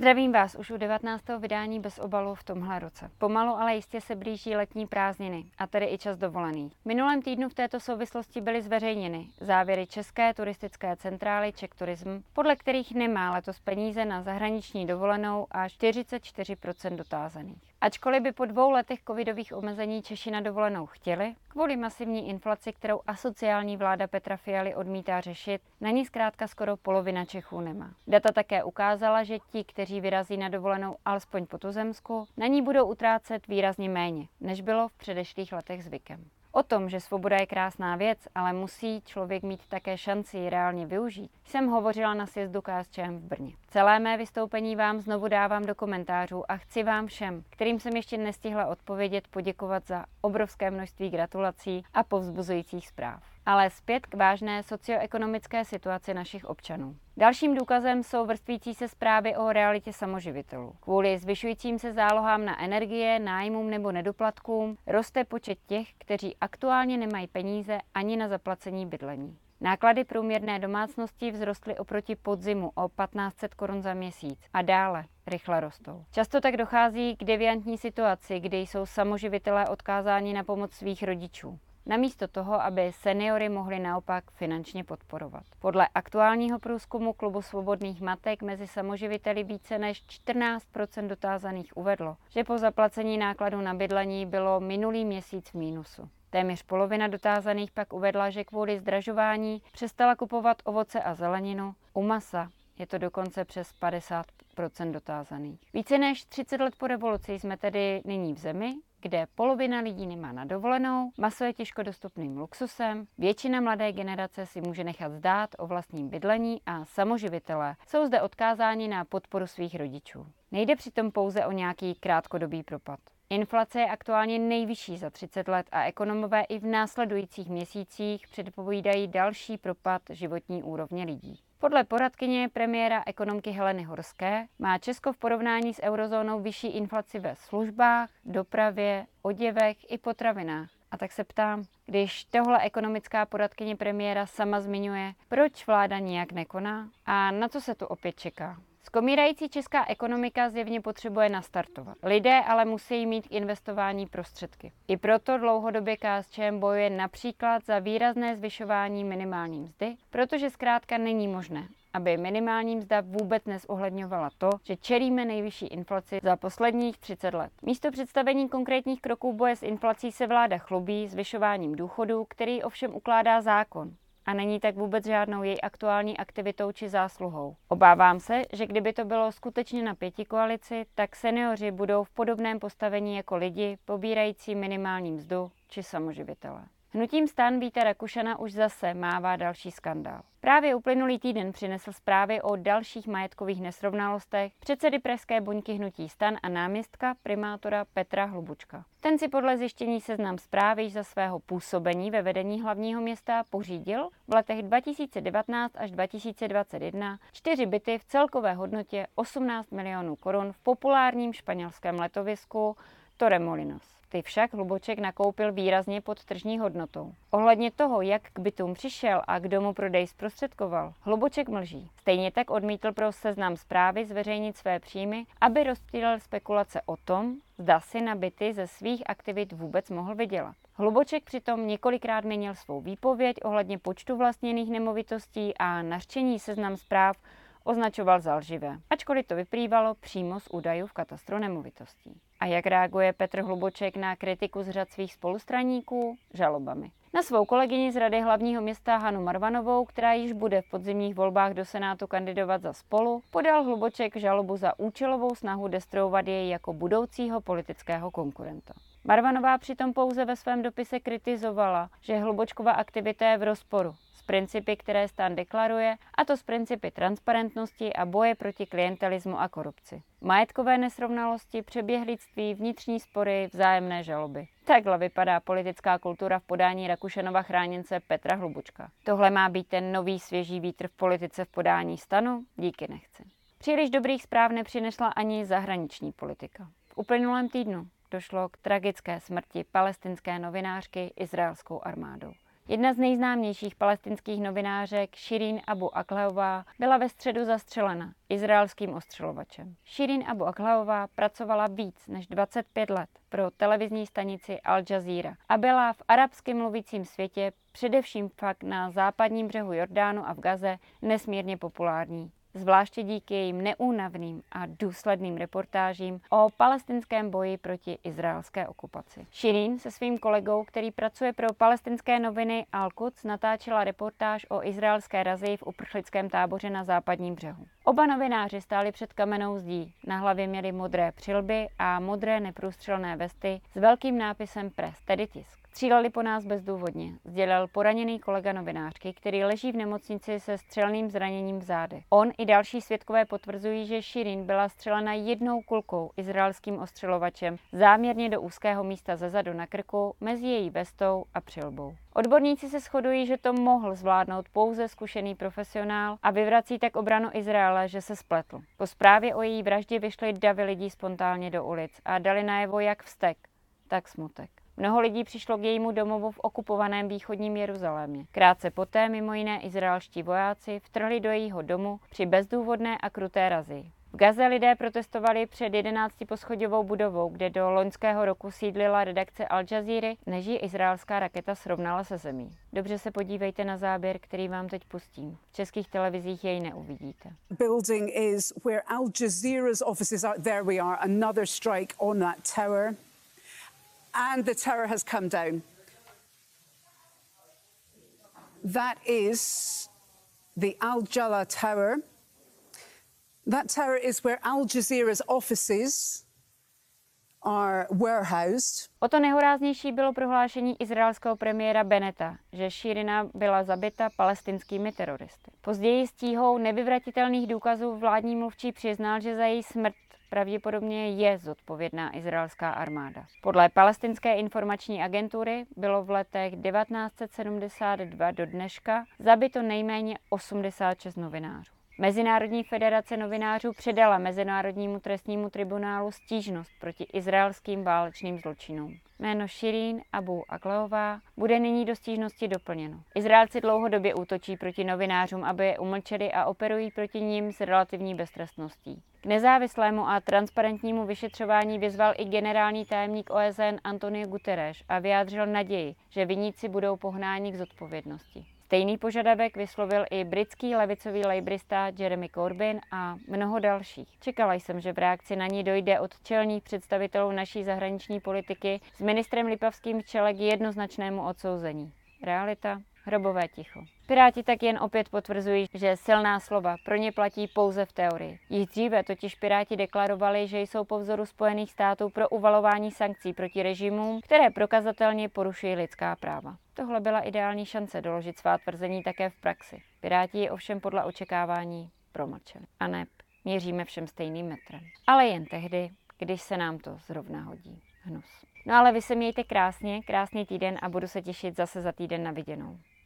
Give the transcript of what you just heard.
Zdravím vás už u 19. vydání Bez obalu v tomhle roce. Pomalu, ale jistě se blíží letní prázdniny, a tedy i čas dovolený. V minulém týdnu v této souvislosti byly zveřejněny závěry České turistické centrály Czech Tourism, podle kterých nemá letos peníze na zahraniční dovolenou až 44% dotázaných. Ačkoliv by po 2 letech covidových omezení Češi na dovolenou chtěli, kvůli masivní inflaci, kterou asociální vláda Petra Fialy odmítá řešit, na ní zkrátka skoro polovina Čechů nemá. Data také ukázala, že ti, kteří vyrazí na dovolenou alespoň po tuzemsku, na ní budou utrácet výrazně méně, než bylo v předešlých letech zvykem. O tom, že svoboda je krásná věc, ale musí člověk mít také šanci ji reálně využít, jsem hovořila na sjezdu KSČM v Brně. Celé mé vystoupení vám znovu dávám do komentářů a chci vám všem, kterým jsem ještě nestihla odpovědět, poděkovat za obrovské množství gratulací a povzbuzujících zpráv. Ale zpět k vážné socioekonomické situaci našich občanů. Dalším důkazem jsou vrstvící se zprávy o realitě samoživitelů. Kvůli zvyšujícím se zálohám na energie, nájmům nebo nedoplatkům roste počet těch, kteří aktuálně nemají peníze ani na zaplacení bydlení. Náklady průměrné domácnosti vzrostly oproti podzimu o 1500 korun za měsíc a dále rychle rostou. Často tak dochází k deviantní situaci, kdy jsou samoživitelé odkázáni na pomoc svých rodičů, namísto toho, aby seniory mohli naopak finančně podporovat. Podle aktuálního průzkumu Klubu svobodných matek mezi samoživiteli více než 14% dotázaných uvedlo, že po zaplacení nákladů na bydlení bylo minulý měsíc v mínusu. Téměř polovina dotázaných pak uvedla, že kvůli zdražování přestala kupovat ovoce a zeleninu. U masa je to dokonce přes 50% dotázaných. Více než 30 let po revoluci jsme tedy nyní v zemi, kde polovina lidí nemá na dovolenou, maso je těžko dostupným luxusem, většina mladé generace si může nechat zdát o vlastním bydlení a samoživitelé jsou zde odkázáni na podporu svých rodičů. Nejde přitom pouze o nějaký krátkodobý propad. Inflace je aktuálně nejvyšší za 30 let a ekonomové i v následujících měsících předpovídají další propad životní úrovně lidí. Podle poradkyně premiéra ekonomky Heleny Horské má Česko v porovnání s eurozónou vyšší inflaci ve službách, dopravě, oděvech i potravinách. A tak se ptám, když tohle ekonomická poradkyně premiéra sama zmiňuje, proč vláda nijak nekoná a na co se tu opět čeká? Skomírající česká ekonomika zjevně potřebuje nastartovat. Lidé ale musí mít k investování prostředky. I proto dlouhodobě KSČM bojuje například za výrazné zvyšování minimální mzdy, protože zkrátka není možné, aby minimální mzda vůbec nezohledňovala to, že čelíme nejvyšší inflaci za posledních 30 let. Místo představení konkrétních kroků boje s inflací se vláda chlubí zvyšováním důchodů, který ovšem ukládá zákon. A není tak vůbec žádnou její aktuální aktivitou či zásluhou. Obávám se, že kdyby to bylo skutečně na pětikoalici, tak seniori budou v podobném postavení jako lidi pobírající minimální mzdu či samoživitelé. Hnutím STAN Víta Rakušana už zase mává další skandál. Právě uplynulý týden přinesl zprávy o dalších majetkových nesrovnalostech předsedy pražské buňky hnutí STAN a náměstka primátora Petra Hlubučka. Ten si podle zjištění Seznam Zprávy za svého působení ve vedení hlavního města pořídil v letech 2019 až 2021 4 byty v celkové hodnotě 18 milionů korun v populárním španělském letovisku Torremolinos. Ty však Hlubuček nakoupil výrazně pod tržní hodnotou. Ohledně toho, jak k bytům přišel a kdo mu prodej zprostředkoval, Hlubuček mlží. Stejně tak odmítl pro Seznam Zprávy zveřejnit své příjmy, aby rozptýlil spekulace o tom, zda si na byty ze svých aktivit vůbec mohl vydělat. Hlubuček přitom několikrát měnil svou výpověď ohledně počtu vlastněných nemovitostí a nařčení Seznam Zpráv označoval za lživé, ačkoliv to vyplývalo přímo z údajů v katastru nemovitostí. A jak reaguje Petr Hlubuček na kritiku z řad svých spolustraníků? Žalobami. Na svou kolegyni z Rady hlavního města Hanu Marvanovou, která již bude v podzimních volbách do Senátu kandidovat za Spolu, podal Hlubuček žalobu za účelovou snahu destruovat jej jako budoucího politického konkurenta. Marvanová přitom pouze ve svém dopise kritizovala, že Hlubučkova aktivita je v rozporu s principy, které STAN deklaruje, a to s principy transparentnosti a boje proti klientelismu a korupci. Majetkové nesrovnalosti, přeběhlictví, vnitřní spory, vzájemné žaloby. Takhle vypadá politická kultura v podání Rakušanova chráněnce Petra Hlubučka. Tohle má být ten nový svěží vítr v politice v podání STANu? Díky, nechci. Příliš dobrých zpráv nepřinesla ani zahraniční politika. V uplynulém týdnu došlo k tragické smrti palestinské novinářky izraelskou armádou. Jedna z nejznámějších palestinských novinářek, Shirin Abu Aklaová, byla ve středu zastřelena izraelským ostřelovačem. Shirin Abu Aklaová pracovala víc než 25 let pro televizní stanici Al Jazeera a byla v arabsky mluvícím světě, především fakt na západním břehu Jordánu a v Gaze, nesmírně populární. Zvláště díky jejím neúnavným a důsledným reportážím o palestinském boji proti izraelské okupaci. Shirin se svým kolegou, který pracuje pro palestinské noviny Al-Quds, natáčela reportáž o izraelské razii v uprchlickém táboře na západním břehu. Oba novináři stáli před kamennou zdí, na hlavě měli modré přilby a modré neprůstřelné vesty s velkým nápisem Press, tedy tisk. Stříleli po nás bezdůvodně, sdělil poraněný kolega novinářky, který leží v nemocnici se střelným zraněním v zádech. On i další svědkové potvrzují, že Shirin byla střelena jednou kulkou izraelským ostřelovačem záměrně do úzkého místa zezadu na krku mezi její vestou a přilbou. Odborníci se shodují, že to mohl zvládnout pouze zkušený profesionál a vyvrací tak obranu Izraele, že se spletl. Po zprávě o její vraždě vyšly davy lidí spontánně do ulic a dali najevo jak vztek, tak smutek. Mnoho lidí přišlo k jejímu domovu v okupovaném východním Jeruzalémě. Krátce poté mimo jiné izraelští vojáci vtrhli do jejího domu při bezdůvodné a kruté razii. V Gaze lidé protestovali před 11poschodovou budovou, kde do loňského roku sídlila redakce Al Jazeera, než ji izraelská raketa srovnala se zemí. Dobře se podívejte na záběr, který vám teď pustím. V českých televizích jej neuvidíte. Building is where Al Jazeera's offices are. There we are, another strike on that tower. And the tower has come down. That is the Al Jala Tower. That tower is where Al Jazeera's offices were housed. O to nehoráznější bylo prohlášení izraelského premiéra Beneta, že Shirina byla zabita palestinskými teroristy. Později s tíhou nevyvratitelných důkazů vládní mluvčí přiznal, že za její smrt pravděpodobně je zodpovědná izraelská armáda. Podle palestinské informační agentury bylo v letech 1972 do dneška zabito nejméně 86 novinářů. Mezinárodní federace novinářů předala Mezinárodnímu trestnímu tribunálu stížnost proti izraelským válečným zločinům. Jméno Shirin Abu Aklaová bude nyní do stížnosti doplněno. Izraelci dlouhodobě útočí proti novinářům, aby je umlčeli a operují proti nim s relativní beztrestností. K nezávislému a transparentnímu vyšetřování vyzval i generální tajemník OSN Antonio Guterres a vyjádřil naději, že viníci budou pohnáni k zodpovědnosti. Stejný požadavek vyslovil i britský levicový lejbrista Jeremy Corbyn a mnoho dalších. Čekala jsem, že v reakci na ní dojde od čelných představitelů naší zahraniční politiky s ministrem Lipavským v čele k jednoznačnému odsouzení. Realita? Hrobové ticho. Piráti tak jen opět potvrzují, že silná slova pro ně platí pouze v teorii. Již dříve totiž Piráti deklarovali, že jsou po vzoru Spojených států pro uvalování sankcí proti režimům, které prokazatelně porušují lidská práva. Tohle byla ideální šance doložit svá tvrzení také v praxi. Piráti ji ovšem podle očekávání promlčeli. A neb, měříme všem stejným metrem. Ale jen tehdy, když se nám to zrovna hodí. Hnus. No ale vy se mějte krásně, krásný týden a budu se těšit zase za týden na viděnou.